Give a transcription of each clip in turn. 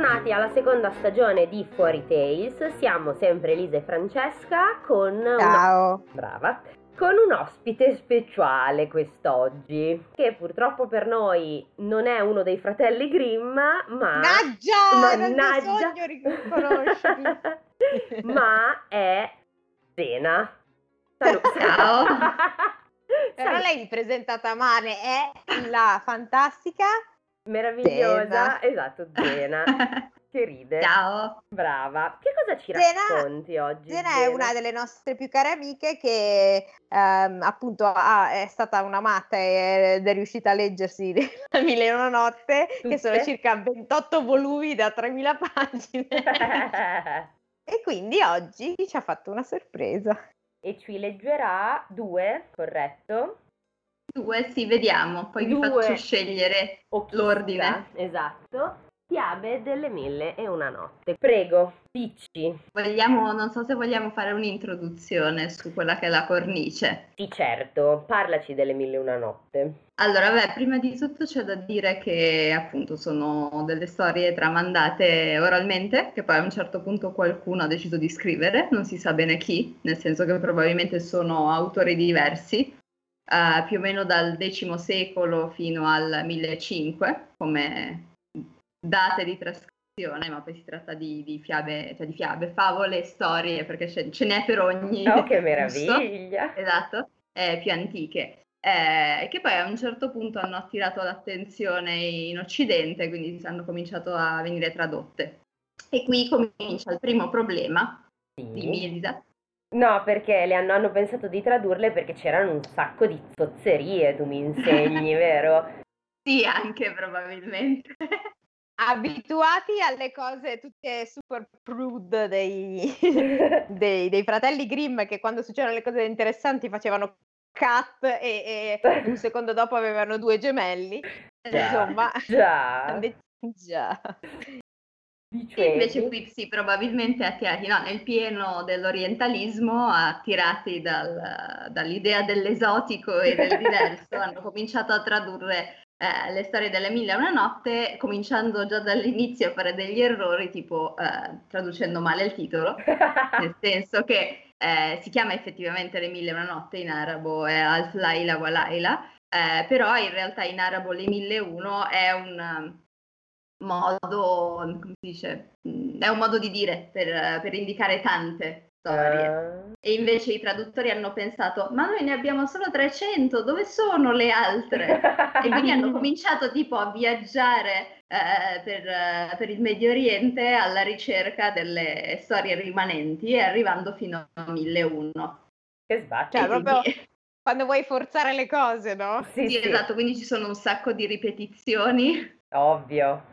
Bentornati alla seconda stagione di Fuori Tales. Siamo sempre Elisa e Francesca con Ciao. con un ospite speciale quest'oggi, che purtroppo per noi non è uno dei fratelli Grimm, ma Era il mio sogno riconoscerli. ma è Zena. Ciao. Però lei vi presentata male, è la fantastica meravigliosa, Zena. Esatto, Zena, che ride. Ciao. Brava. Che cosa ci Zena- racconti oggi? Zena è una delle nostre più care amiche che appunto è stata una matta ed è riuscita a leggersi La Mille e una notte, che sono Tutte? circa 28 volumi da 3000 pagine. E quindi oggi ci ha fatto una sorpresa. E ci leggerà 2, corretto? 2, sì, vediamo, poi vi 2 faccio scegliere o chissà, l'ordine. Esatto. Fiabe delle Mille e una notte. Prego, dici. Non so se vogliamo fare un'introduzione su quella che è la cornice. Sì, certo, parlaci delle Mille e una notte. Allora, prima di tutto c'è da dire che appunto sono delle storie tramandate oralmente, che poi a un certo punto qualcuno ha deciso di scrivere, non si sa bene chi, nel senso che probabilmente sono autori diversi, più o meno dal X secolo fino al 1500 come date di trascrizione, ma poi si tratta di fiabe, cioè di fiabe, favole, storie, perché ce n'è per ogni Oh, che gusto. meraviglia! Esatto, più antiche. Che poi a un certo punto hanno attirato l'attenzione in Occidente, quindi hanno cominciato a venire tradotte. E qui comincia il primo problema. Dimmi, Sì. Elisa. No, perché hanno pensato di tradurle perché c'erano un sacco di zozzerie, tu mi insegni, vero? Sì, anche probabilmente. Abituati alle cose tutte super prude dei fratelli Grimm, che quando succedono le cose interessanti facevano cut e un secondo dopo avevano 2 gemelli. Insomma, Già. già. E invece qui sì, probabilmente attirati, no, nel pieno dell'orientalismo, attirati dall'idea dell'esotico e del diverso, hanno cominciato a tradurre le storie delle Mille e una notte, cominciando già dall'inizio a fare degli errori, tipo traducendo male il titolo, nel senso che si chiama effettivamente Le Mille e una notte in arabo, è Alf Laila wa Laila, però in realtà in arabo Le Mille e uno è un modo, come si dice, è un modo di dire per indicare tante storie. E invece i traduttori hanno pensato, ma noi ne abbiamo solo 300, dove sono le altre? E quindi hanno cominciato tipo a viaggiare per il Medio Oriente alla ricerca delle storie rimanenti e arrivando fino a 1001. Che sbatti. Cioè, proprio quando vuoi forzare le cose, no? Sì, esatto, quindi ci sono un sacco di ripetizioni. Ovvio.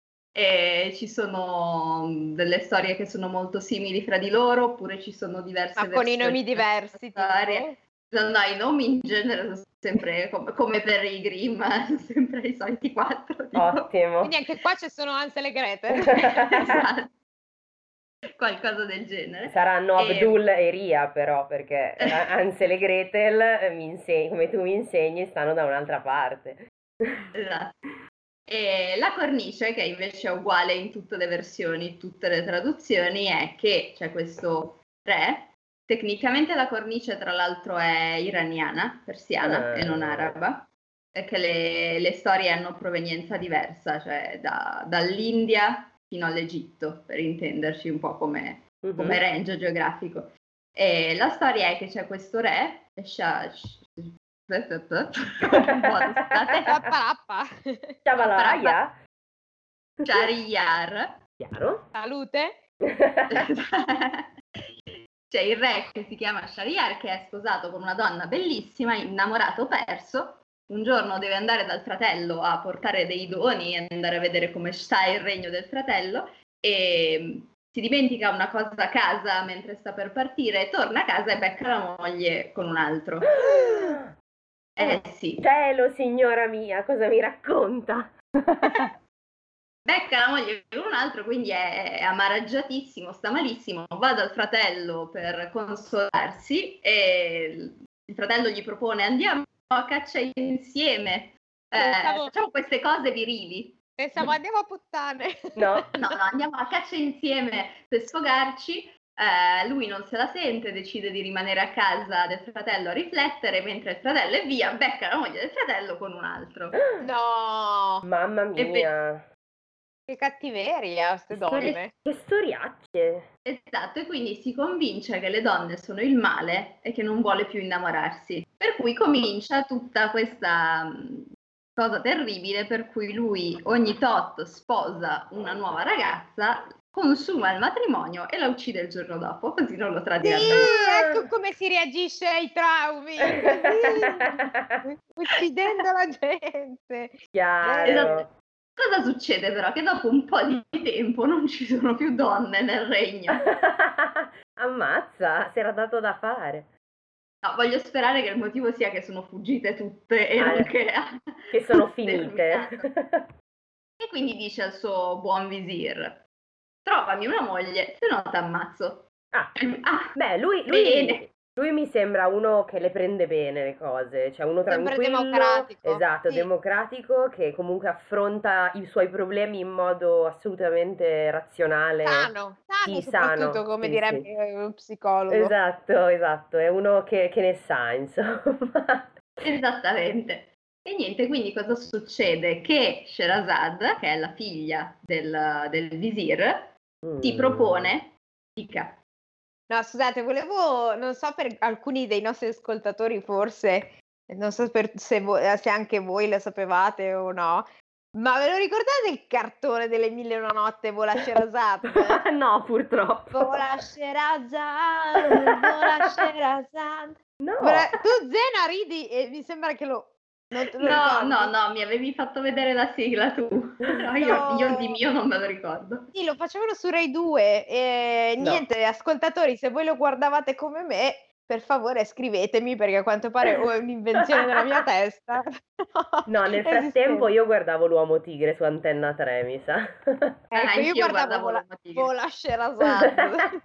E ci sono delle storie che sono molto simili fra di loro, oppure ci sono diverse Ma con i versioni nomi diversi, tipo? No, i nomi in genere sono sempre come per i Grimm, sono sempre i soliti 4. Tipo. Ottimo. Quindi anche qua ci sono Hansel e Gretel. Esatto. Qualcosa del genere. Saranno Abdul e Ria però, perché Hansel e Gretel, come tu mi insegni, stanno da un'altra parte. Esatto. E la cornice, che invece è uguale in tutte le versioni, tutte le traduzioni, è che c'è questo re. Tecnicamente la cornice tra l'altro è iraniana, persiana e non araba, perché le storie hanno provenienza diversa, cioè dall'India fino all'Egitto, per intenderci un po' come range geografico. E la storia è che c'è questo re, Shahriyar. Chiaro? Salute. C'è il re che si chiama Shahriyar, che è sposato con una donna bellissima, innamorato perso. Un giorno deve andare dal fratello a portare dei doni e andare a vedere come sta il regno del fratello, e si dimentica una cosa a casa mentre sta per partire, torna a casa e becca la moglie con un altro. Sì. Cielo, signora mia, cosa mi racconta? Becca la moglie con un altro, quindi è amareggiatissimo, sta malissimo, va dal fratello per consolarsi e il fratello gli propone: andiamo a caccia insieme, facciamo queste cose virili. Pensavo andiamo a puttane. No. No, andiamo a caccia insieme per sfogarci. Lui non se la sente, decide di rimanere a casa del fratello a riflettere, mentre il fratello è via, becca la moglie del fratello con un altro. No, Mamma mia. che cattiveria, queste donne. Che storiacce. Esatto, e quindi si convince che le donne sono il male e che non vuole più innamorarsi. Per cui comincia tutta questa cosa terribile per cui lui ogni tot sposa una nuova ragazza, consuma il matrimonio e la uccide il giorno dopo, così non lo tradirà Sì, mai. ecco come si reagisce ai traumi, così, uccidendo la gente. Chiaro. Esatto. Cosa succede però? Che dopo un po' di tempo non ci sono più donne nel regno. Ammazza, si era dato da fare. No, voglio sperare che il motivo sia che sono fuggite tutte e non che sono finite. E quindi dice al suo buon visir: trovami una moglie, se no t'ammazzo. Beh, lui mi sembra uno che le prende bene le cose, cioè uno tranquillo, democratico. Esatto, sì. Democratico, che comunque affronta i suoi problemi in modo assolutamente razionale. Sano, soprattutto, come direbbe un psicologo. Esatto, è uno che ne sa, insomma. Esattamente. E niente, quindi cosa succede? Che Sherazad, che è la figlia del visir, si propone, dica. No, scusate, non so, per alcuni dei nostri ascoltatori forse, non so se anche voi lo sapevate o no, ma ve lo ricordate il cartone delle Mille e una notte, Vola Sherazad? No, purtroppo. Vola Sherazad. No. Tu Zena ridi e mi sembra che lo... No, mi avevi fatto vedere la sigla tu. No. Io di mio non me lo ricordo. Sì, lo facevano su Rai 2 e niente, ascoltatori, se voi lo guardavate come me, per favore scrivetemi, perché a quanto pare è un'invenzione della mia testa. No, nel frattempo io guardavo l'Uomo Tigre su Antenna 3, mi sa. Ecco, io guardavo Vola Sherazad.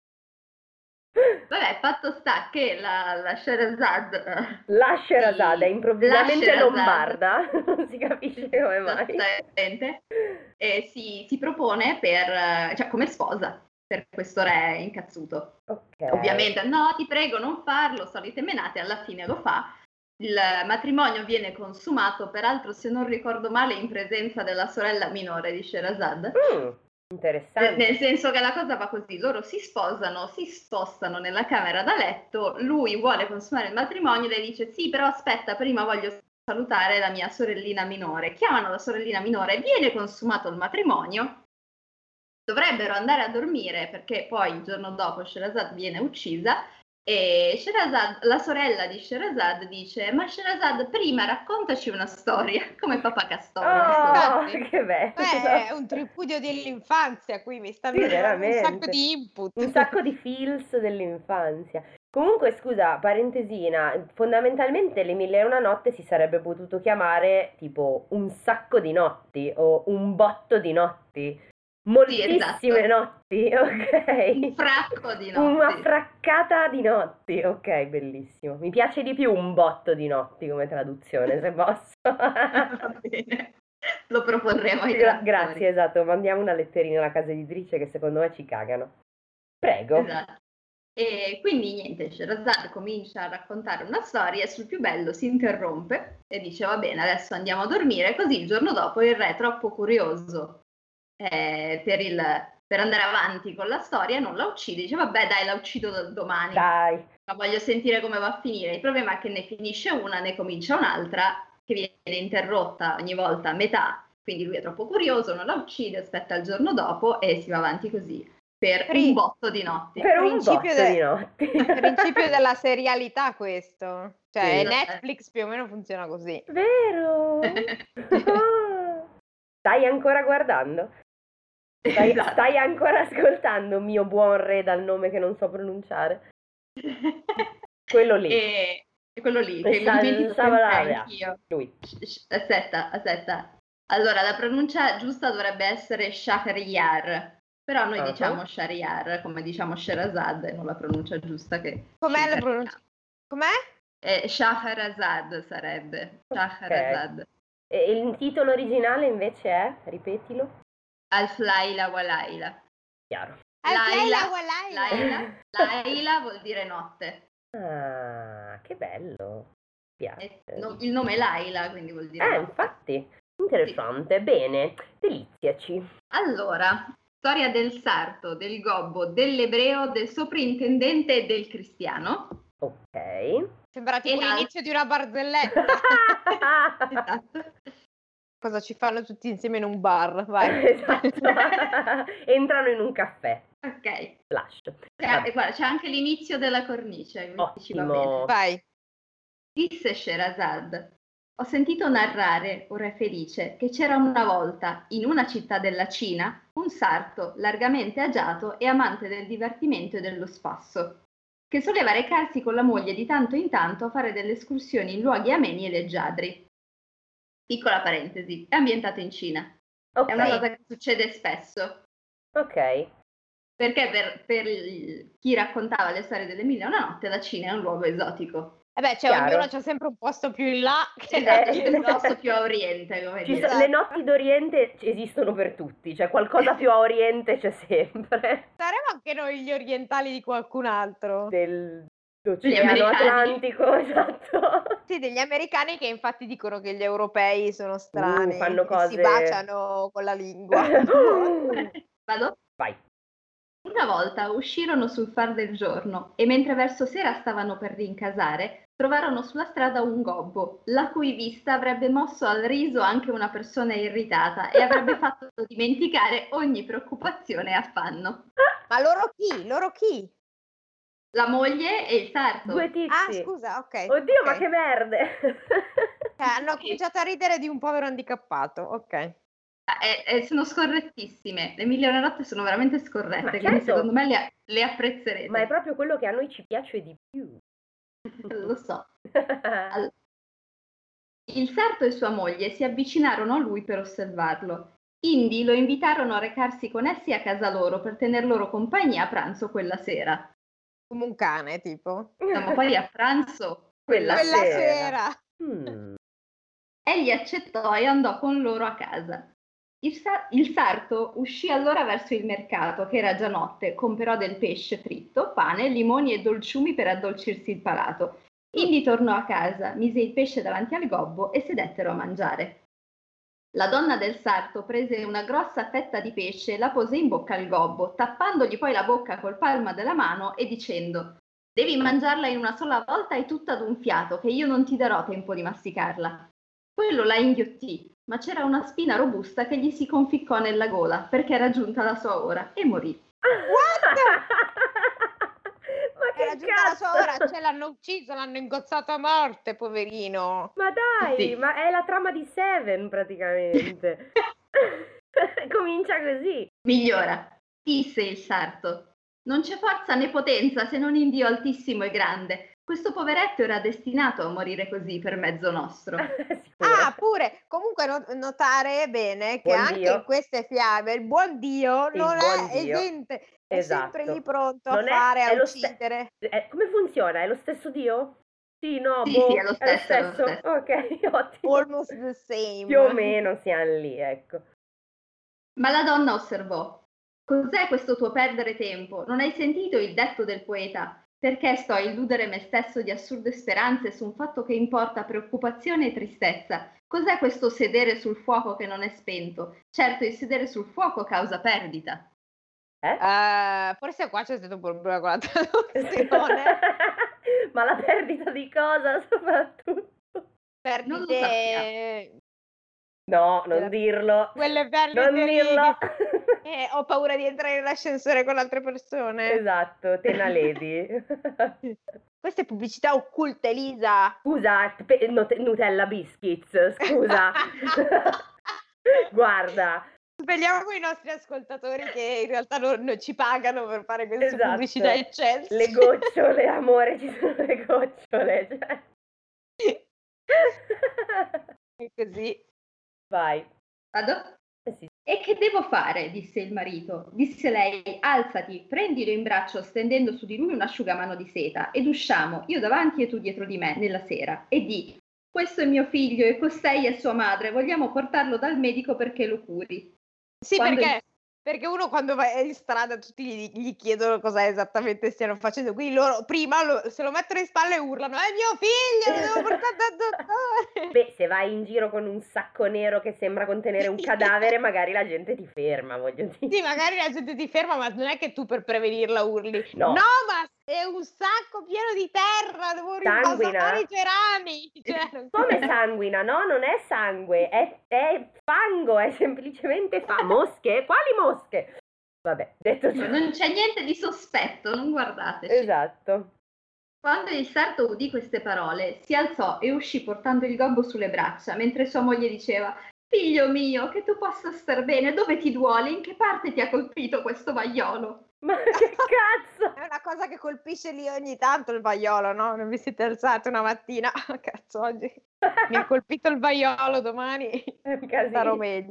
Vabbè, fatto sta che la Sherazad... La Sherazad è improvvisamente lombarda, non si capisce come mai. E si propone cioè come sposa per questo re incazzuto. Okay. Ovviamente, no, ti prego, non farlo, solite menate, alla fine lo fa. Il matrimonio viene consumato, peraltro, se non ricordo male, in presenza della sorella minore di Sherazad. Interessante. Nel senso che la cosa va così: loro si sposano, si spostano nella camera da letto, lui vuole consumare il matrimonio, lei dice sì, però aspetta, prima voglio salutare la mia sorellina minore. Chiamano la sorellina minore, viene consumato il matrimonio, dovrebbero andare a dormire perché poi il giorno dopo Sherazad viene uccisa e Sherazad, la sorella di Sherazad, dice: ma Sherazad, prima raccontaci una storia, come papà Castoro. Oh, che bello! È un tripudio dell'infanzia, qui mi stanno dando un sacco di input. Un sacco di feels dell'infanzia. Comunque, scusa, parentesina, fondamentalmente Le Mille e una notte si sarebbe potuto chiamare tipo Un sacco di notti o Un botto di notti. Moltissime notti, ok. Un fracco di notti. Una fraccata di notti, ok, bellissimo. Mi piace di più Un botto di notti come traduzione, se posso. Va bene, lo proporremo ai Grazie, esatto, mandiamo una letterina alla casa editrice che secondo me ci cagano. Prego. Esatto. E quindi niente, Sherazad comincia a raccontare una storia e sul più bello si interrompe e dice: va bene, adesso andiamo a dormire. Così il giorno dopo il re, troppo curioso per andare avanti con la storia, non la uccide, dice: vabbè dai, la uccido domani, dai, ma voglio sentire come va a finire. Il problema è che ne finisce una, ne comincia un'altra che viene interrotta ogni volta a metà, quindi lui è troppo curioso, non la uccide, aspetta il giorno dopo e si va avanti così per un botto di notti. Per un botto di notti. Il principio della serialità questo, cioè Sì. Netflix più o meno funziona così. Vero? Stai ancora guardando? Esatto. Stai ancora ascoltando, mio buon re dal nome che non so pronunciare? Quello lì. E quello lì, che mi dimentico sempre anch'io. Lui. Aspetta. Allora, la pronuncia giusta dovrebbe essere Shahryar, però noi diciamo Shahryar, come diciamo Sherazad, e non la pronuncia giusta che... Com'è la pronuncia? Com'è? Shahrazad sarebbe. Shahrazad. E il titolo originale invece è, ripetilo. Alf Laila wa Laila. Chiaro. Laila vuol dire notte. Ah, che bello. Piace. Il nome è Laila, quindi vuol dire notte. Infatti, interessante. Sì. Bene, deliziaci. Allora, storia del sarto, del gobbo, dell'ebreo, del soprintendente e del cristiano. Ok. Sembra tipo l'inizio di una barzelletta. Esatto. Cosa ci fanno tutti insieme in un bar? Vai. Esatto. Entrano in un caffè. Ok. Flash. Guarda, c'è anche l'inizio della cornice. Ottimo. Vai. Disse Sherazad: ho sentito narrare, o re felice, che c'era una volta, in una città della Cina, un sarto largamente agiato e amante del divertimento e dello spasso, che soleva recarsi con la moglie di tanto in tanto a fare delle escursioni in luoghi ameni e leggiadri. Piccola parentesi, è ambientato in Cina. Okay. È una cosa che succede spesso. Ok. Perché per chi raccontava le storie delle Mille e una notte, la Cina è un luogo esotico. Ognuno c'ha sempre un posto più in là che un posto più a oriente, come dire. Le notti d'Oriente esistono per tutti, cioè qualcosa più a oriente c'è sempre. Saremo anche noi gli orientali di qualcun altro. Dell'Oceano Atlantico, esatto. Sì, degli americani che infatti dicono che gli europei sono strani, fanno cose... si baciano con la lingua. Vado? Vai. Una volta uscirono sul far del giorno e mentre verso sera stavano per rincasare, trovarono sulla strada un gobbo, la cui vista avrebbe mosso al riso anche una persona irritata e avrebbe fatto dimenticare ogni preoccupazione e affanno. Ma loro chi? Loro chi? La moglie e il sarto. Due tizi. Ah, scusa, ok. Oddio, okay. Ma che merde! Hanno cominciato a ridere di un povero handicappato, ok. Sono scorrettissime. Le Mille e una notte sono veramente scorrette, quindi secondo me le apprezzerete. Ma è proprio quello che a noi ci piace di più. Lo so. Allora, il sarto e sua moglie si avvicinarono a lui per osservarlo. Indi lo invitarono a recarsi con essi a casa loro per tener loro compagnia a pranzo quella sera. Come un cane, tipo. No, ma poi a pranzo quella sera. Egli accettò e andò con loro a casa. Il sarto uscì allora verso il mercato, che era già notte, comperò del pesce fritto, pane, limoni e dolciumi per addolcirsi il palato. Indi tornò a casa, mise il pesce davanti al gobbo e sedettero a mangiare. La donna del sarto prese una grossa fetta di pesce e la pose in bocca al gobbo, tappandogli poi la bocca col palma della mano e dicendo: devi mangiarla in una sola volta e tutta ad un fiato, che io non ti darò tempo di masticarla. Quello la inghiottì, ma c'era una spina robusta che gli si conficcò nella gola perché era giunta la sua ora e morì. Ma che era giunta la sua ora, cioè l'hanno ucciso, l'hanno ingozzato a morte, poverino. Ma dai, sì. Ma è la trama di Seven praticamente. Comincia così. Migliora, disse il sarto. Non c'è forza né potenza se non in Dio altissimo e grande. Questo poveretto era destinato a morire così per mezzo nostro. Ah, pure. Comunque notare bene che anche in queste fiabe il buon Dio non è esente, è sempre lì pronto a fare, a uccidere. Come funziona? È lo stesso Dio? Sì, no, sì, è lo stesso. Ok, ottimo. Almost the same. Più o meno siamo lì, ecco. Ma la donna osservò: cos'è questo tuo perdere tempo? Non hai sentito il detto del poeta? Perché sto a illudere me stesso di assurde speranze su un fatto che importa preoccupazione e tristezza? Cos'è questo sedere sul fuoco che non è spento? Certo, il sedere sul fuoco causa perdita. Forse qua c'è stato un problema con la traduzione. Ma la perdita di cosa soprattutto? Perdite... No, non dirlo. Quelle perdite. Non dirlo. Ho paura di entrare nell'ascensore con altre persone. Esatto, Tena Lady. Questa è pubblicità occulta, Elisa. Scusa, Nutella Biscuits, scusa. Guarda. Svegliamo i nostri ascoltatori che in realtà non ci pagano per fare queste pubblicità eccelsi. Le gocciole, amore, ci sono le gocciole. Cioè. E così. Vai. Vado? Sì. E che devo fare? Disse il marito. Disse lei: alzati, prendilo in braccio stendendo su di lui un asciugamano di seta ed usciamo, io davanti e tu dietro di me, nella sera, e di: questo è mio figlio e costei è sua madre, vogliamo portarlo dal medico perché lo curi. Sì, Quando perché uno quando va in strada tutti gli chiedono cosa esattamente stiano facendo, quindi loro prima se lo mettono in spalla e urlano: "È mio figlio, lo devo portare dal dottore!" Beh, se vai in giro con un sacco nero che sembra contenere un cadavere, magari la gente ti ferma, voglio dire. Sì, magari la gente ti ferma, ma non è che tu per prevenirla urli: No. "No, ma è un sacco pieno di terra, devo Sanguina? rimpassare i gerani!" Cioè, Come sanguina? No, non è sangue, è fango, è semplicemente mosche? Quali mosche? Vabbè, detto ciò. non c'è niente di sospetto, non guardateci. Esatto. Quando il sarto udì queste parole, si alzò e uscì portando il gobbo sulle braccia, mentre sua moglie diceva: "Figlio mio, che tu possa star bene, dove ti duole? In che parte ti ha colpito questo vaiolo?" Ma che cazzo? è una cosa che colpisce lì ogni tanto il vaiolo, no, non vi siete alzati una mattina: "Ah, cazzo, oggi mi ha colpito il vaiolo, domani È un casino. starò meglio."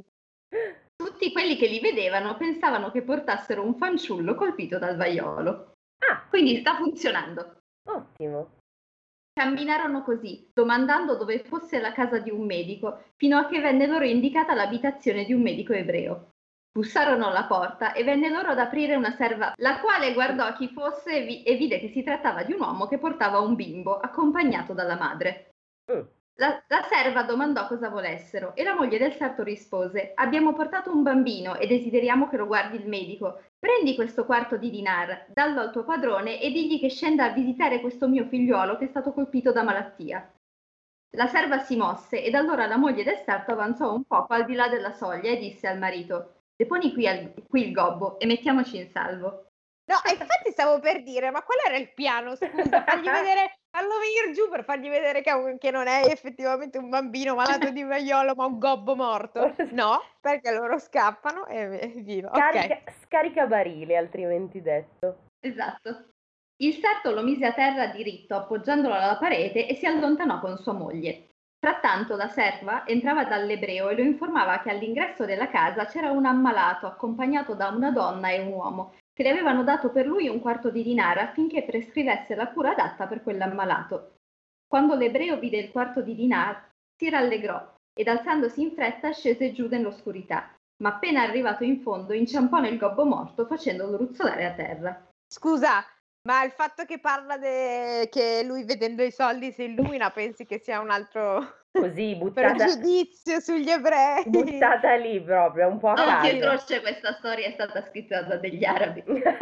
Tutti quelli che li vedevano pensavano che portassero un fanciullo colpito dal vaiolo. Ah, Quindi sta funzionando. ottimo. Camminarono così, domandando dove fosse la casa di un medico, fino a che venne loro indicata l'abitazione di un medico ebreo. Bussarono alla porta e venne loro ad aprire una serva, la quale guardò chi fosse e vide che si trattava di un uomo che portava un bimbo, accompagnato dalla madre. La serva domandò cosa volessero e la moglie del sarto rispose: "Abbiamo portato un bambino e desideriamo che lo guardi il medico. Prendi questo quarto di dinar, dallo al tuo padrone e digli che scenda a visitare questo mio figliuolo che è stato colpito da malattia." La serva si mosse ed allora la moglie del sarto avanzò un poco al di là della soglia e disse al marito: "Deponi qui il gobbo e mettiamoci in salvo." No, infatti stavo per dire, ma qual era il piano, scusa? Farlo venire giù per fargli vedere che non è effettivamente un bambino malato di vaiolo, ma un gobbo morto? No, perché loro scappano e via. Ok. Scaricabarile, altrimenti detto. Esatto. Il sarto lo mise a terra diritto, appoggiandolo alla parete, e si allontanò con sua moglie. Frattanto la serva entrava dall'ebreo e lo informava che all'ingresso della casa c'era un ammalato accompagnato da una donna e un uomo che le avevano dato per lui un quarto di dinara affinché prescrivesse la cura adatta per quell'ammalato. Quando l'ebreo vide il quarto di dinar, si rallegrò ed alzandosi in fretta scese giù nell'oscurità, ma appena arrivato in fondo inciampò nel gobbo morto facendolo ruzzolare a terra. Scusa, ma il fatto che parla che lui vedendo i soldi si illumina, pensi che sia un altro Così, buttata pregiudizio sugli ebrei? buttata lì proprio, un po' a No, caso. dietro c'è questa storia, è stata scritta da degli arabi.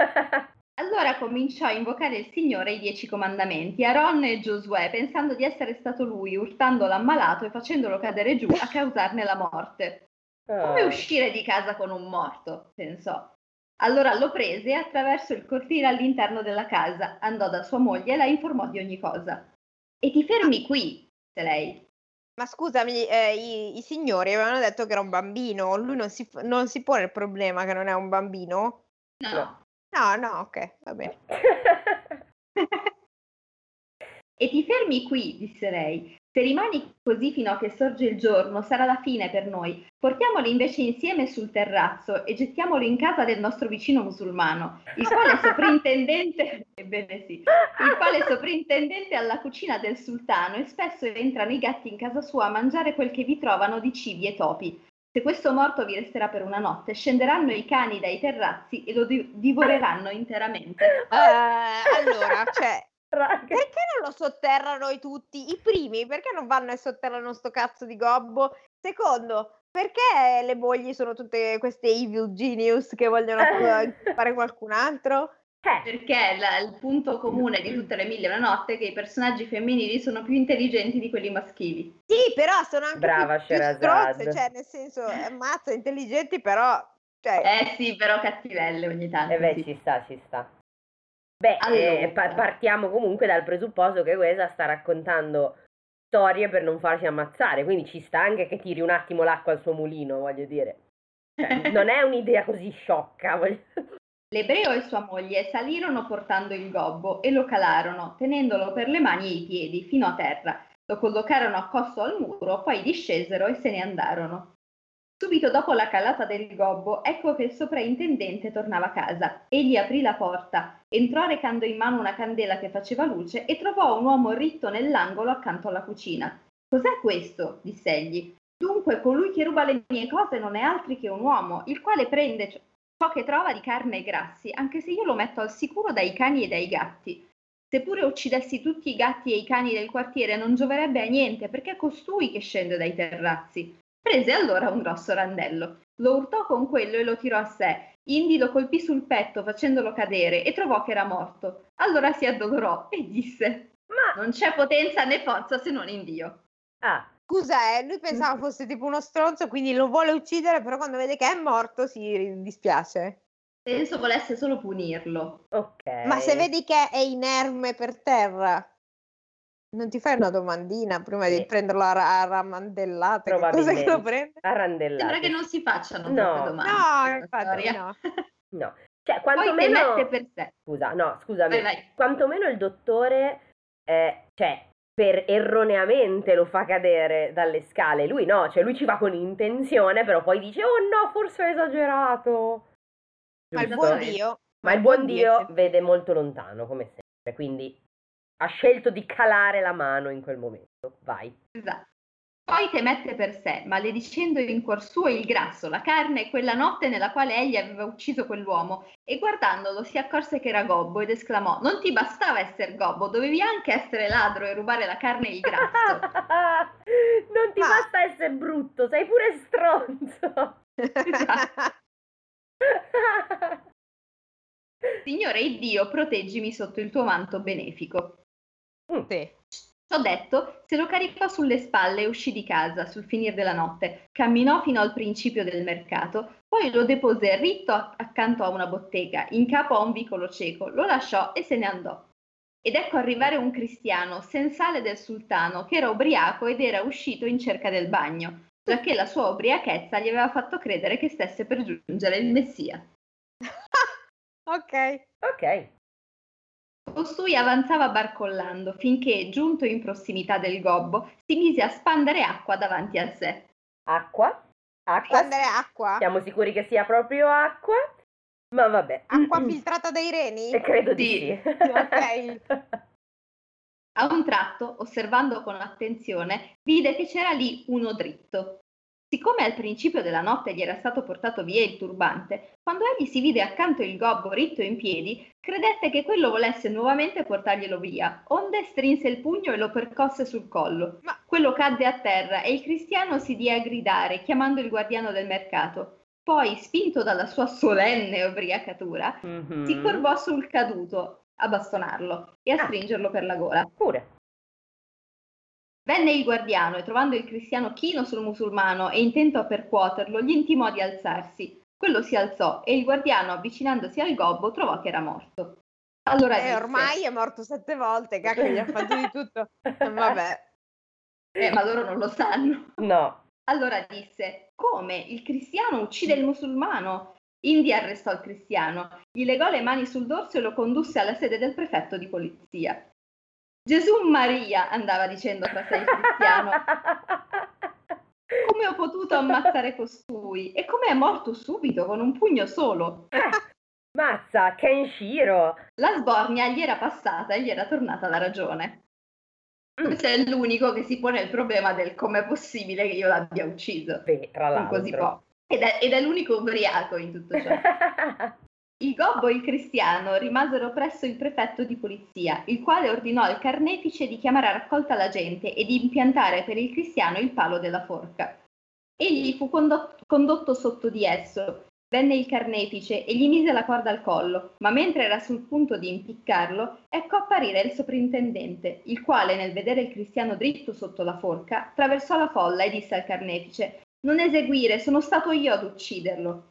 Allora cominciò a invocare il Signore i 10 comandamenti, Aaron e Giosuè, pensando di essere stato lui, urtando l'ammalato e facendolo cadere giù a causarne la morte. Come uscire di casa con un morto? Pensò. Allora lo prese e attraverso il cortile all'interno della casa, andò da sua moglie e la informò di ogni cosa. "E ti fermi qui", disse lei. Ma scusami, i signori avevano detto che era un bambino, lui non si pone il problema che non è un bambino? No. No, ok, va bene. "E ti fermi qui", disse lei. "Se rimani così fino a che sorge il giorno, sarà la fine per noi. Portiamoli invece insieme sul terrazzo e gettiamoli in casa del nostro vicino musulmano, il quale soprintendente, ebbene sì, il quale soprintendente alla cucina del sultano e spesso entrano i gatti in casa sua a mangiare quel che vi trovano di cibi e topi. Se questo morto vi resterà per una notte, scenderanno i cani dai terrazzi e lo divoreranno interamente." Allora, cioè, Raga. perché non lo sotterrano tutti? I primi, perché non vanno e sotterrano sto cazzo di gobbo? Secondo, perché le mogli sono tutte queste evil genius che vogliono fare qualcun altro? Perché il punto comune di tutte le mille e una notte è che i personaggi femminili sono più intelligenti di quelli maschili. Sì, però sono anche Brava più Sherazad. stronze, cioè nel senso, ammazza, intelligenti però, cioè, Sì, però cattivelle ogni tanto. Beh, sì. ci sta. Beh, Allora. partiamo comunque dal presupposto che questa sta raccontando storie per non farsi ammazzare, quindi ci sta anche che tiri un attimo l'acqua al suo mulino, voglio dire. Cioè, non è un'idea così sciocca. L'ebreo e sua moglie salirono portando il gobbo e lo calarono, tenendolo per le mani e i piedi, fino a terra. Lo collocarono accosto al muro, poi discesero e se ne andarono. Subito dopo la calata del gobbo, ecco che il sopraintendente tornava a casa. Egli aprì la porta, entrò recando in mano una candela che faceva luce e trovò un uomo ritto nell'angolo accanto alla cucina. Cos'è questo? Diss'egli. Dunque, colui che ruba le mie cose non è altri che un uomo, il quale prende ciò che trova di carne e grassi, anche se io lo metto al sicuro dai cani e dai gatti. Seppure uccidessi tutti i gatti e i cani del quartiere non gioverebbe a niente, perché è costui che scende dai terrazzi. Prese allora un grosso randello, lo urtò con quello e lo tirò a sé. Indi lo colpì sul petto facendolo cadere e trovò che era morto. Allora si addolorò e disse: Ma non c'è potenza né forza se non in Dio. ah, Scusa, lui pensava fosse tipo uno stronzo, quindi lo vuole uccidere, però quando vede che è morto si dispiace. Penso volesse solo punirlo. ok. Ma se vedi che è inerme per terra, non ti fai una domandina prima di prenderlo a ramandellate? Che cos'è che lo prende? A randellate. Sembra che non si facciano No. troppe domande. No, infatti no. No, cioè Poi quantomeno temette per sé. Scusa, no, scusami. Vai. Quantomeno il dottore cioè per erroneamente lo fa cadere dalle scale. Lui no, cioè lui ci va con intenzione, però poi dice "Oh no, forse ho esagerato". Ma il Giusto? buon Dio. Ma il buon Dio vede molto lontano, come sempre, quindi ha scelto di calare la mano in quel momento. Vai. Esatto. Poi temette per sé, maledicendo in cuor suo il grasso, la carne e quella notte nella quale egli aveva ucciso quell'uomo, e guardandolo si accorse che era gobbo ed esclamò: non ti bastava essere gobbo, dovevi anche essere ladro e rubare la carne e il grasso. Non ti basta essere brutto, sei pure stronzo. Signore Iddio, proteggimi sotto il tuo manto benefico. Sì. Ciò detto, se lo caricò sulle spalle e uscì di casa sul finir della notte, camminò fino al principio del mercato, poi lo depose ritto accanto a una bottega, in capo a un vicolo cieco, lo lasciò e se ne andò. Ed ecco arrivare un cristiano, sensale del sultano, che era ubriaco ed era uscito in cerca del bagno, giacché la sua ubriachezza gli aveva fatto credere che stesse per giungere il Messia. Ok. Costui avanzava barcollando, finché, giunto in prossimità del gobbo, si mise a spandere acqua davanti a sé. Acqua? Spandere acqua? Siamo sicuri che sia proprio acqua? Ma vabbè. Acqua filtrata dai reni? Credo di sì. Ok. A un tratto, osservando con attenzione, vide che c'era lì uno dritto. Siccome al principio della notte gli era stato portato via il turbante, quando egli si vide accanto il gobbo ritto in piedi, credette che quello volesse nuovamente portarglielo via, onde strinse il pugno e lo percosse sul collo. Ma quello cadde a terra e il cristiano si diè a gridare, chiamando il guardiano del mercato. Poi, spinto dalla sua solenne ubriacatura, si curvò sul caduto a bastonarlo e a stringerlo per la gola. Pure. Venne il guardiano e trovando il cristiano chino sul musulmano e intento a percuoterlo, gli intimò di alzarsi. Quello si alzò e il guardiano, avvicinandosi al gobbo, trovò che era morto. Allora disse: ormai è morto 7 volte, cacchio, gli ha fatto di tutto. Vabbè. Ma loro non lo sanno. No. Allora disse: come? Il cristiano uccide il musulmano? Indi arrestò il cristiano, gli legò le mani sul dorso e lo condusse alla sede del prefetto di polizia. Gesù Maria, andava dicendo tra sé il cristiano, come ho potuto ammazzare costui? E come è morto subito con un pugno solo? Mazza, Kenshiro! La sbornia gli era passata e gli era tornata la ragione. Questo è l'unico che si pone il problema del com'è possibile che io l'abbia ucciso. Beh, tra l'altro. Con così poco. Ed è l'unico ubriaco in tutto ciò. Il gobbo e il cristiano rimasero presso il prefetto di polizia, il quale ordinò al carnefice di chiamare a raccolta la gente e di impiantare per il cristiano il palo della forca. Egli fu condotto sotto di esso. Venne il carnefice e gli mise la corda al collo, ma mentre era sul punto di impiccarlo, ecco apparire il soprintendente, il quale, nel vedere il cristiano dritto sotto la forca, attraversò la folla e disse al carnefice: non eseguire, sono stato io ad ucciderlo.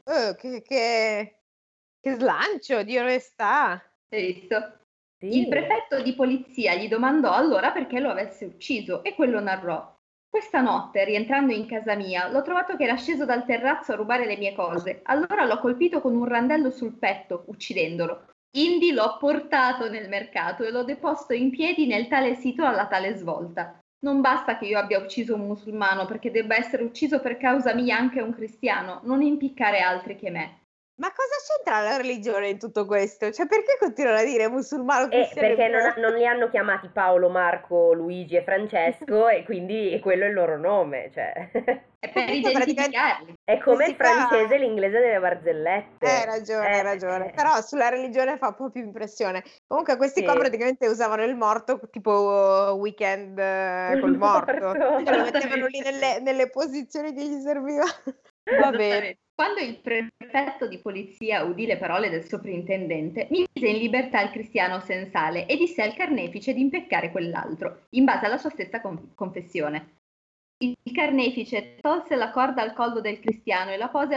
Che slancio di onestà! Hai visto? Sì. Il prefetto di polizia gli domandò allora perché lo avesse ucciso e quello narrò: questa notte, rientrando in casa mia, l'ho trovato che era sceso dal terrazzo a rubare le mie cose. Allora l'ho colpito con un randello sul petto, uccidendolo. Indi l'ho portato nel mercato e l'ho deposto in piedi nel tale sito alla tale svolta. Non basta che io abbia ucciso un musulmano perché debba essere ucciso per causa mia anche un cristiano, non impiccare altri che me. Ma cosa c'entra la religione in tutto questo? Cioè, perché continuano a dire musulmano, cristiano Perché ebreo? non li hanno chiamati Paolo, Marco, Luigi e Francesco e quindi quello è il loro nome, cioè. È per Comunque praticamente identificarli. È come il questi qua... francese e l'inglese delle barzellette. Hai ragione. Però sulla religione fa un po' più impressione. Comunque questi qua Sì. praticamente usavano il morto tipo Weekend col morto. Cioè, lo mettevano lì nelle posizioni che gli serviva. Va bene. Quando il prefetto di polizia udì le parole del soprintendente, mise in libertà il cristiano sensale e disse al carnefice di impeccare quell'altro, in base alla sua stessa confessione. Il carnefice tolse la corda al collo del cristiano e la pose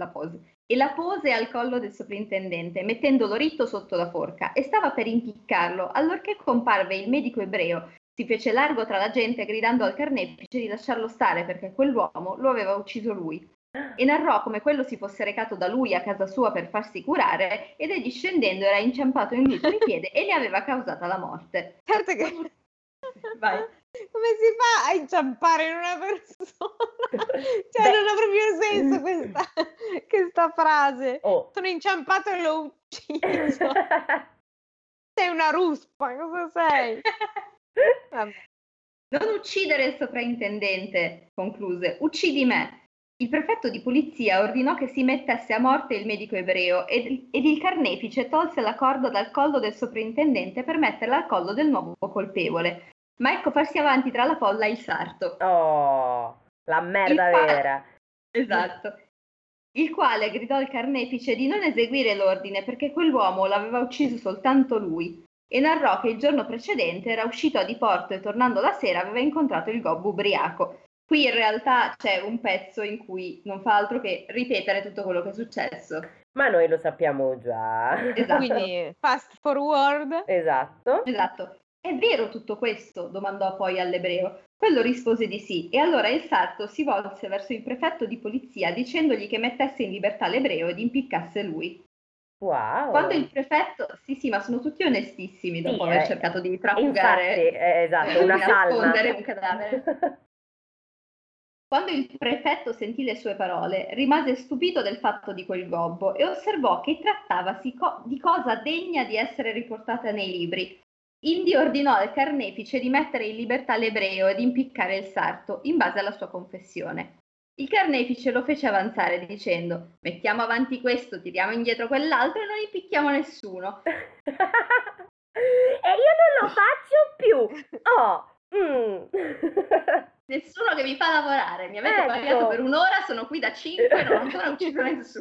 al collo del soprintendente, mettendolo ritto sotto la forca, e stava per impiccarlo, allorché comparve il medico ebreo. Si fece largo tra la gente gridando al carnefice di lasciarlo stare perché quell'uomo lo aveva ucciso lui. E narrò come quello si fosse recato da lui a casa sua per farsi curare ed egli scendendo era inciampato in lui sul piede e le aveva causata la morte. Certo che... Vai. Come si fa a inciampare in una persona? Cioè, non ha proprio senso questa frase. Oh. Sono inciampato e l'ho ucciso. Sei una ruspa, cosa sei? Vabbè. Non uccidere il soprintendente, concluse, uccidi me. Il prefetto di polizia ordinò che si mettesse a morte il medico ebreo ed il carnefice tolse la corda dal collo del soprintendente per metterla al collo del nuovo colpevole. Ma ecco farsi avanti tra la folla il sarto. Oh, la merda vera. Esatto. Il quale gridò al carnefice di non eseguire l'ordine perché quell'uomo l'aveva ucciso soltanto lui, e narrò che il giorno precedente era uscito a diporto e tornando la sera aveva incontrato il gobbo ubriaco. Qui in realtà c'è un pezzo in cui non fa altro che ripetere tutto quello che è successo. Ma noi lo sappiamo già. Esatto. Quindi fast forward. Esatto. È vero tutto questo? Domandò poi all'ebreo. Quello rispose di sì, e allora il sarto si volse verso il prefetto di polizia dicendogli che mettesse in libertà l'ebreo ed impiccasse lui. Wow. Quando il prefetto, sì, ma sono tutti onestissimi dopo aver cercato di trafugare, infatti, esatto, una salma. un cadavere. Quando il prefetto sentì le sue parole, rimase stupito del fatto di quel gobbo e osservò che trattavasi di cosa degna di essere riportata nei libri. Indi ordinò al carnefice di mettere in libertà l'ebreo ed impiccare il sarto, in base alla sua confessione. Il carnefice lo fece avanzare dicendo: mettiamo avanti questo, tiriamo indietro quell'altro e non impicchiamo nessuno. E io non lo faccio più. Nessuno che mi fa lavorare, mi avete pagato per un'ora, sono qui da 5 e non ho ancora ucciso nessuno.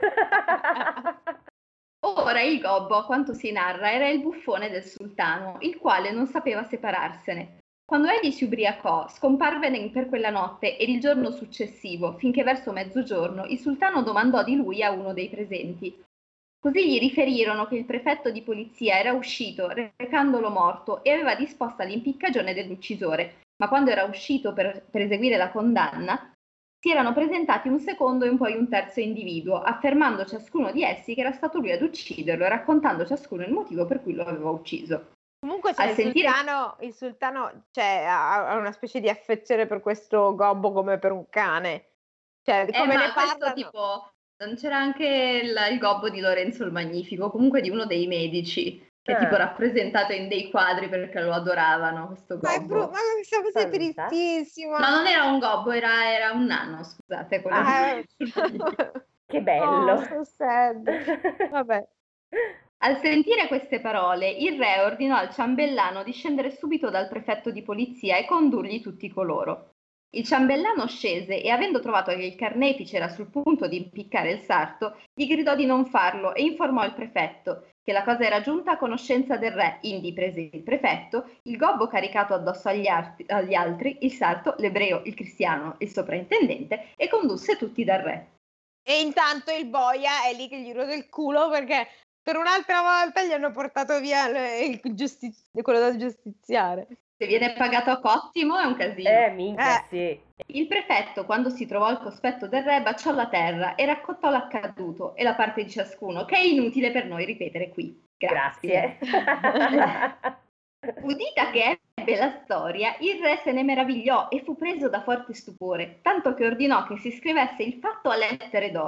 Ora il gobbo, a quanto si narra, era il buffone del sultano, il quale non sapeva separarsene. Quando egli si ubriacò, scomparve per quella notte ed il giorno successivo, finché verso mezzogiorno, il sultano domandò di lui a uno dei presenti. Così gli riferirono che il prefetto di polizia era uscito, recandolo morto, e aveva disposta l'impiccagione dell'uccisore, ma quando era uscito per eseguire la condanna, si erano presentati un secondo e poi un terzo individuo, affermando ciascuno di essi che era stato lui ad ucciderlo e raccontando ciascuno il motivo per cui lo aveva ucciso. Comunque il sultano ha una specie di affezione per questo gobbo come per un cane. Cioè, come ne parlano? Tipo, non c'era anche il gobbo di Lorenzo il Magnifico, comunque di uno dei medici, che è tipo rappresentato in dei quadri perché lo adoravano, questo gobbo. Ma questa cosa è tristissima. Ma non era un gobbo, era un nano, scusate. Che bello. Oh, so sad. Vabbè. Al sentire queste parole, il re ordinò al ciambellano di scendere subito dal prefetto di polizia e condurgli tutti coloro. Il ciambellano scese e, avendo trovato che il carnefice era sul punto di impiccare il sarto, gli gridò di non farlo e informò il prefetto che la cosa era giunta a conoscenza del re. Indi prese il prefetto, il gobbo caricato addosso agli altri, il sarto, l'ebreo, il cristiano, il soprintendente, e condusse tutti dal re. E intanto il boia è lì che gli rode il culo perché per un'altra volta gli hanno portato via quello da giustiziare. Se viene pagato a cottimo è un casino. Minchia, sì. Il prefetto, quando si trovò al cospetto del re, baciò la terra e raccontò l'accaduto e la parte di ciascuno, che è inutile per noi ripetere qui. Grazie. Udita che ebbe la storia, il re se ne meravigliò e fu preso da forte stupore, tanto che ordinò che si scrivesse il fatto a lettere d'oro.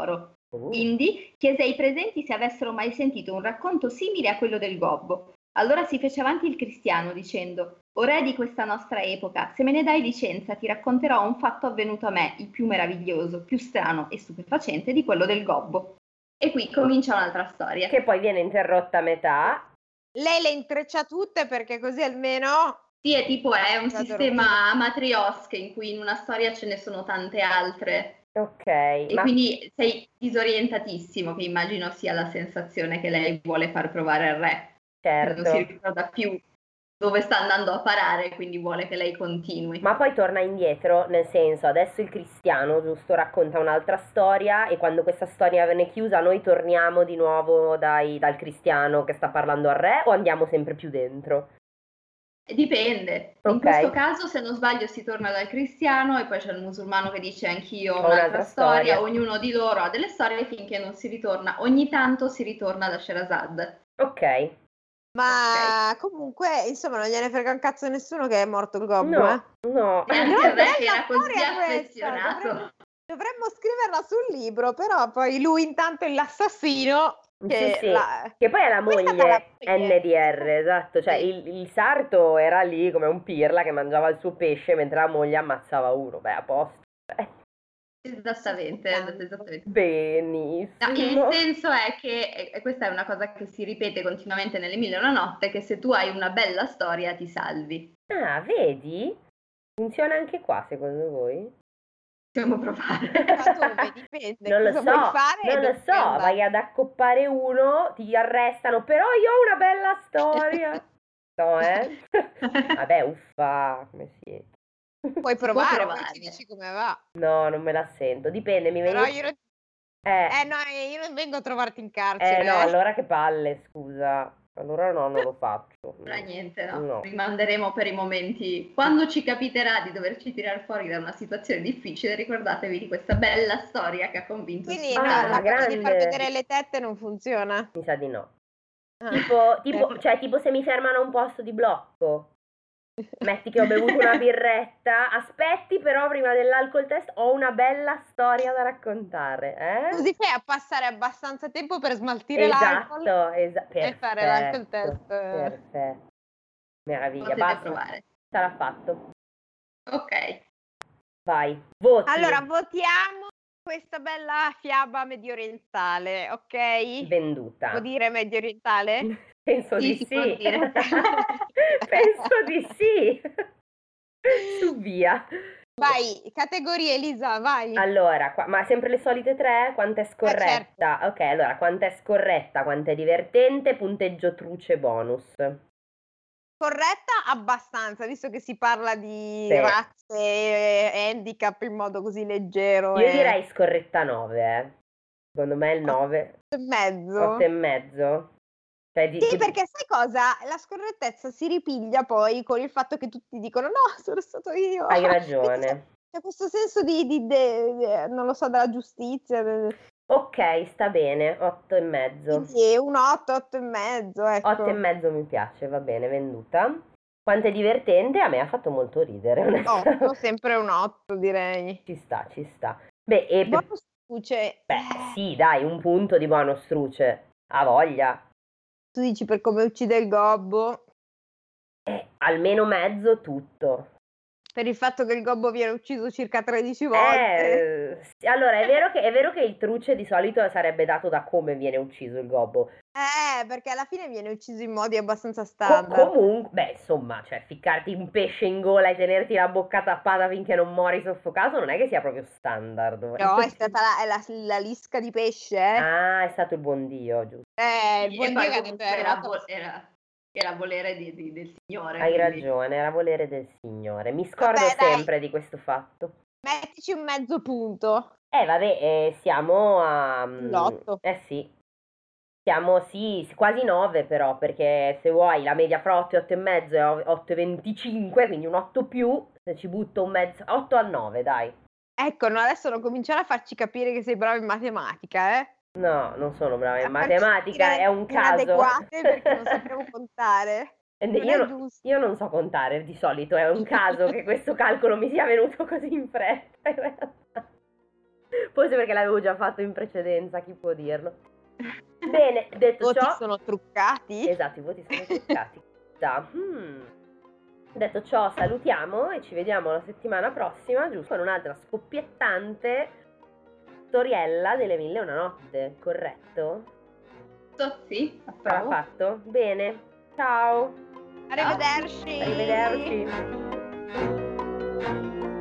Quindi chiese ai presenti se avessero mai sentito un racconto simile a quello del gobbo. Allora si fece avanti il cristiano dicendo: «O re di questa nostra epoca, se me ne dai licenza ti racconterò un fatto avvenuto a me, il più meraviglioso, più strano e stupefacente di quello del gobbo». E qui comincia un'altra storia. Che poi viene interrotta a metà. Lei le intreccia tutte perché così almeno... Sì, è un sistema matriosche in cui in una storia ce ne sono tante altre. Ok. E quindi sei disorientatissimo, che immagino sia la sensazione che lei vuole far provare al re. Certo. Non si ricorda più dove sta andando a parare, quindi vuole che lei continui. Ma poi torna indietro, nel senso, adesso il cristiano, giusto, racconta un'altra storia e quando questa storia viene chiusa noi torniamo di nuovo dal cristiano che sta parlando al re o andiamo sempre più dentro? Dipende. In questo caso, se non sbaglio, si torna dal cristiano e poi c'è il musulmano che dice anch'io ho un'altra storia. Ognuno di loro ha delle storie finché non si ritorna. Ogni tanto si ritorna da Sherazad. Ok. Ma comunque, insomma, non gliene frega un cazzo a nessuno che è morto il gobbo, No. Anche il re che era così affezionato. Dovremmo scriverla sul libro, però poi lui intanto è l'assassino. Che poi è la moglie NDR, esatto, cioè il sarto era lì come un pirla che mangiava il suo pesce mentre la moglie ammazzava uno, a posto. Esattamente. Benissimo. No, il senso è che, e questa è una cosa che si ripete continuamente nelle Mille e una notte, che se tu hai una bella storia ti salvi. Ah, vedi? Funziona anche qua secondo voi? Possiamo provare. Dipende. Non lo so, vai ad accoppare uno, ti arrestano, però io ho una bella storia. No, Vabbè, uffa, come siete? Puoi provare, poi ci dici come va. No, non me la sento, dipende, mi però vedi... io io non vengo a trovarti in carcere. No, allora che palle, scusa. Allora no, non lo faccio. Niente, no. Rimanderemo per i momenti. Quando ci capiterà di doverci tirare fuori da una situazione difficile, ricordatevi di questa bella storia che ha convinto. Quindi la cosa di far vedere le tette non funziona? Mi sa di no. Tipo se mi fermano a un posto di blocco. Metti che ho bevuto una birretta, aspetti però prima dell'alcol test ho una bella storia da raccontare, Così fai a passare abbastanza tempo per smaltire l'alcol e fare l'alcol test. Perfetto, meraviglia, potete provare. Sarà fatto. Ok, vai, voti. Allora votiamo questa bella fiaba mediorientale, ok? Venduta. Può dire mediorientale? Penso di sì. Penso di sì. Su via. Vai, categoria Elisa, vai. Allora, ma sempre le solite 3? Quanto è scorretta? Certo. Ok, allora, quanto è scorretta, quanto è divertente, punteggio truce bonus. Corretta abbastanza, visto che si parla di razze e handicap in modo così leggero. Io direi scorretta 9, Secondo me è il 9. 8,5. 8,5? Sì, perché sai cosa? La scorrettezza si ripiglia poi con il fatto che tutti dicono no, sono stato io. Hai ragione. C'è questo senso non lo so, della giustizia. Ok, sta bene, 8,5. Sì, un 8, 8,5, ecco. 8,5 mi piace, va bene, venduta. Quanto è divertente, a me ha fatto molto ridere. 8, sempre un 8 direi. Ci sta. Beh, bonus truce. Sì, dai, un punto di bonus truce. Ha voglia. Tu dici per come uccide il gobbo? Almeno mezzo tutto. Per il fatto che il gobbo viene ucciso circa 13 volte. Allora, è vero che il truce di solito sarebbe dato da come viene ucciso il gobbo. Perché alla fine viene ucciso in modi abbastanza standard. Comunque, insomma, cioè, ficcarti un pesce in gola e tenerti la bocca tappata finché non muori soffocato non è che sia proprio standard. No, è stata la lisca di pesce, Ah, è stato il buon Dio, giusto. Il buon Dio era volere del Signore. Hai ragione, era volere del Signore. Mi scordo sempre di questo fatto. Mettici un mezzo punto. Siamo a... l'8. Sì. Siamo, quasi 9 però, perché se vuoi la media fra 8 e 8,5 è 8,25, quindi un 8 più, se ci butto un mezzo... 8 al 9, dai. Ecco, no, adesso non cominciare a farci capire che sei bravo in matematica, No, non sono brava in matematica, è un caso. Inadeguate perché non sappiamo contare. Io non so contare di solito, è un caso che questo calcolo mi sia venuto così in fretta in realtà. Forse perché l'avevo già fatto in precedenza, chi può dirlo. Bene, detto I voti ciò... sono truccati. Esatto, i voti sono truccati. Detto ciò, salutiamo e ci vediamo la settimana prossima, giusto? Con un'altra scoppiettante storiella delle 1001 notte, corretto? Sì, Sarà fatto? Bene, ciao! Arrivederci! Arrivederci!